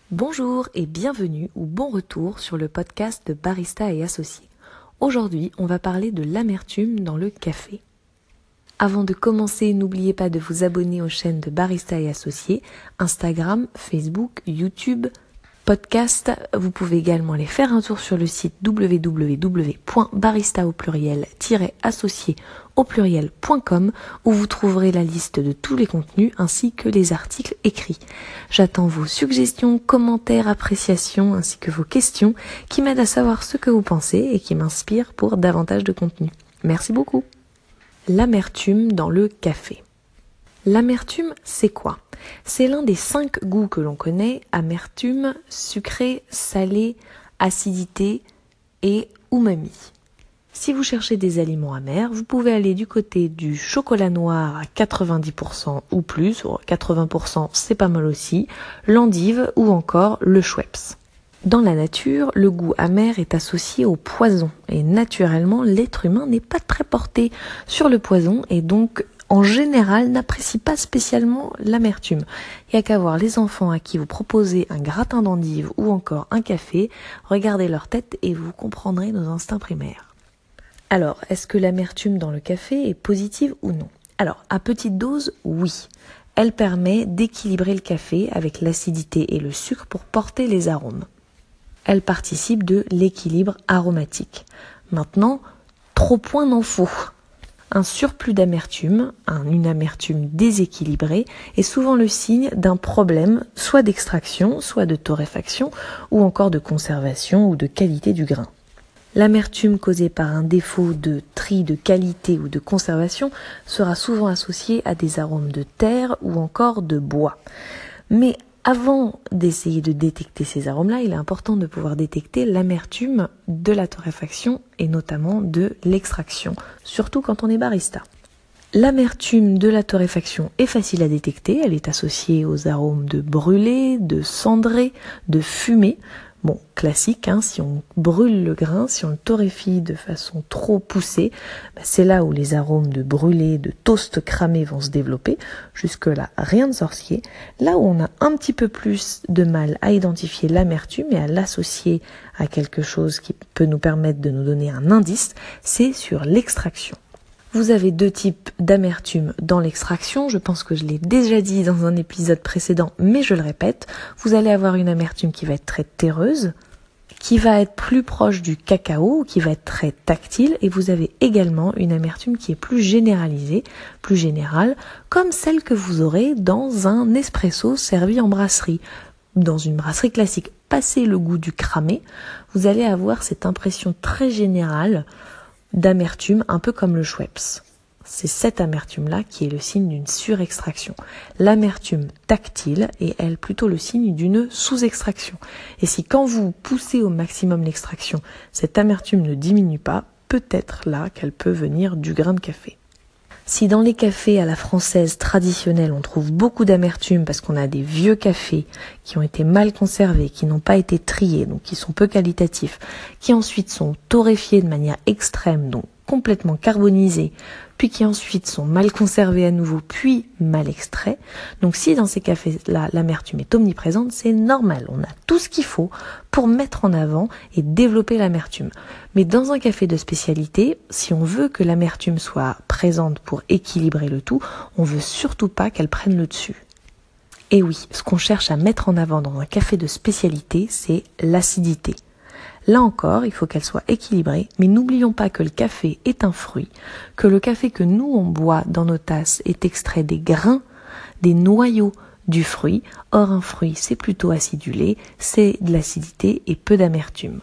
Bonjour et bienvenue ou bon retour sur le podcast de Barista et Associés. Aujourd'hui, on va parler de l'amertume dans le café. Avant de commencer, n'oubliez pas de vous abonner aux chaînes de Barista et Associés, Instagram, Facebook, YouTube, podcast. Vous pouvez également aller faire un tour sur le site www.barista_associé.com où vous trouverez la liste de tous les contenus ainsi que les articles écrits. J'attends vos suggestions, commentaires, appréciations ainsi que vos questions qui m'aident à savoir ce que vous pensez et qui m'inspirent pour davantage de contenu. Merci beaucoup. L'amertume dans le café. L'amertume, c'est quoi ? C'est l'un des 5 goûts que l'on connaît, amertume, sucré, salé, acidité et umami. Si vous cherchez des aliments amers, vous pouvez aller du côté du chocolat noir à 90% ou plus, 80% c'est pas mal aussi, l'endive ou encore le Schweppes. Dans la nature, le goût amer est associé au poison et naturellement l'être humain n'est pas très porté sur le poison et donc en général, n'apprécie pas spécialement l'amertume. Il n'y a qu'à voir les enfants à qui vous proposez un gratin d'endive ou encore un café, regardez leur tête et vous comprendrez nos instincts primaires. Alors, est-ce que l'amertume dans le café est positive ou non ? Alors, à petite dose, oui. Elle permet d'équilibrer le café avec l'acidité et le sucre pour porter les arômes. Elle participe de l'équilibre aromatique. Maintenant, trop point n'en faut. Un surplus d'amertume, une amertume déséquilibrée, est souvent le signe d'un problème, soit d'extraction, soit de torréfaction, ou encore de conservation ou de qualité du grain. L'amertume causée par un défaut de tri de qualité ou de conservation sera souvent associée à des arômes de terre ou encore de bois. Mais avant d'essayer de détecter ces arômes-là, il est important de pouvoir détecter l'amertume de la torréfaction et notamment de l'extraction, surtout quand on est barista. L'amertume de la torréfaction est facile à détecter, elle est associée aux arômes de brûlé, de cendré, de fumé. Bon, classique, si on brûle le grain, si on le torréfie de façon trop poussée, c'est là où les arômes de brûlé, de toast cramé vont se développer. Jusque-là, rien de sorcier. Là où on a un petit peu plus de mal à identifier l'amertume et à l'associer à quelque chose qui peut nous permettre de nous donner un indice, c'est sur l'extraction. Vous avez 2 types d'amertume dans l'extraction, je pense que je l'ai déjà dit dans un épisode précédent, mais je le répète, vous allez avoir une amertume qui va être très terreuse, qui va être plus proche du cacao, qui va être très tactile, et vous avez également une amertume qui est plus généralisée, plus générale, comme celle que vous aurez dans un espresso servi en brasserie. Dans une brasserie classique, passé le goût du cramé, vous allez avoir cette impression très générale d'amertume, un peu comme le Schweppes. C'est cette amertume-là qui est le signe d'une surextraction. L'amertume tactile est, elle, plutôt le signe d'une sous-extraction. Et si quand vous poussez au maximum l'extraction, cette amertume ne diminue pas, peut-être là qu'elle peut venir du grain de café. Si dans les cafés à la française traditionnelle, on trouve beaucoup d'amertume parce qu'on a des vieux cafés qui ont été mal conservés, qui n'ont pas été triés, donc qui sont peu qualitatifs, qui ensuite sont torréfiés de manière extrême, donc complètement carbonisés, puis qui ensuite sont mal conservés à nouveau, puis mal extraits. Donc si dans ces cafés-là, l'amertume est omniprésente, c'est normal. On a tout ce qu'il faut pour mettre en avant et développer l'amertume. Mais dans un café de spécialité, si on veut que l'amertume soit présente pour équilibrer le tout, on veut surtout pas qu'elle prenne le dessus. Et oui, ce qu'on cherche à mettre en avant dans un café de spécialité, c'est l'acidité. Là encore, il faut qu'elle soit équilibrée, mais n'oublions pas que le café est un fruit, que le café que nous on boit dans nos tasses est extrait des grains, des noyaux du fruit. Or un fruit c'est plutôt acidulé, c'est de l'acidité et peu d'amertume.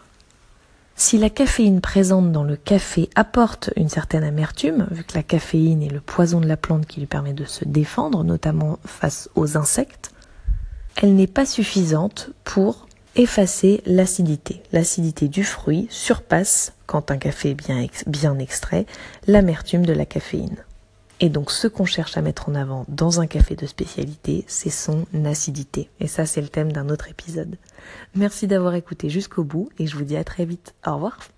Si la caféine présente dans le café apporte une certaine amertume, vu que la caféine est le poison de la plante qui lui permet de se défendre, notamment face aux insectes, elle n'est pas suffisante pour effacer l'acidité. L'acidité du fruit surpasse, quand un café est bien extrait, l'amertume de la caféine. Et donc ce qu'on cherche à mettre en avant dans un café de spécialité, c'est son acidité. Et ça, c'est le thème d'un autre épisode. Merci d'avoir écouté jusqu'au bout et je vous dis à très vite. Au revoir.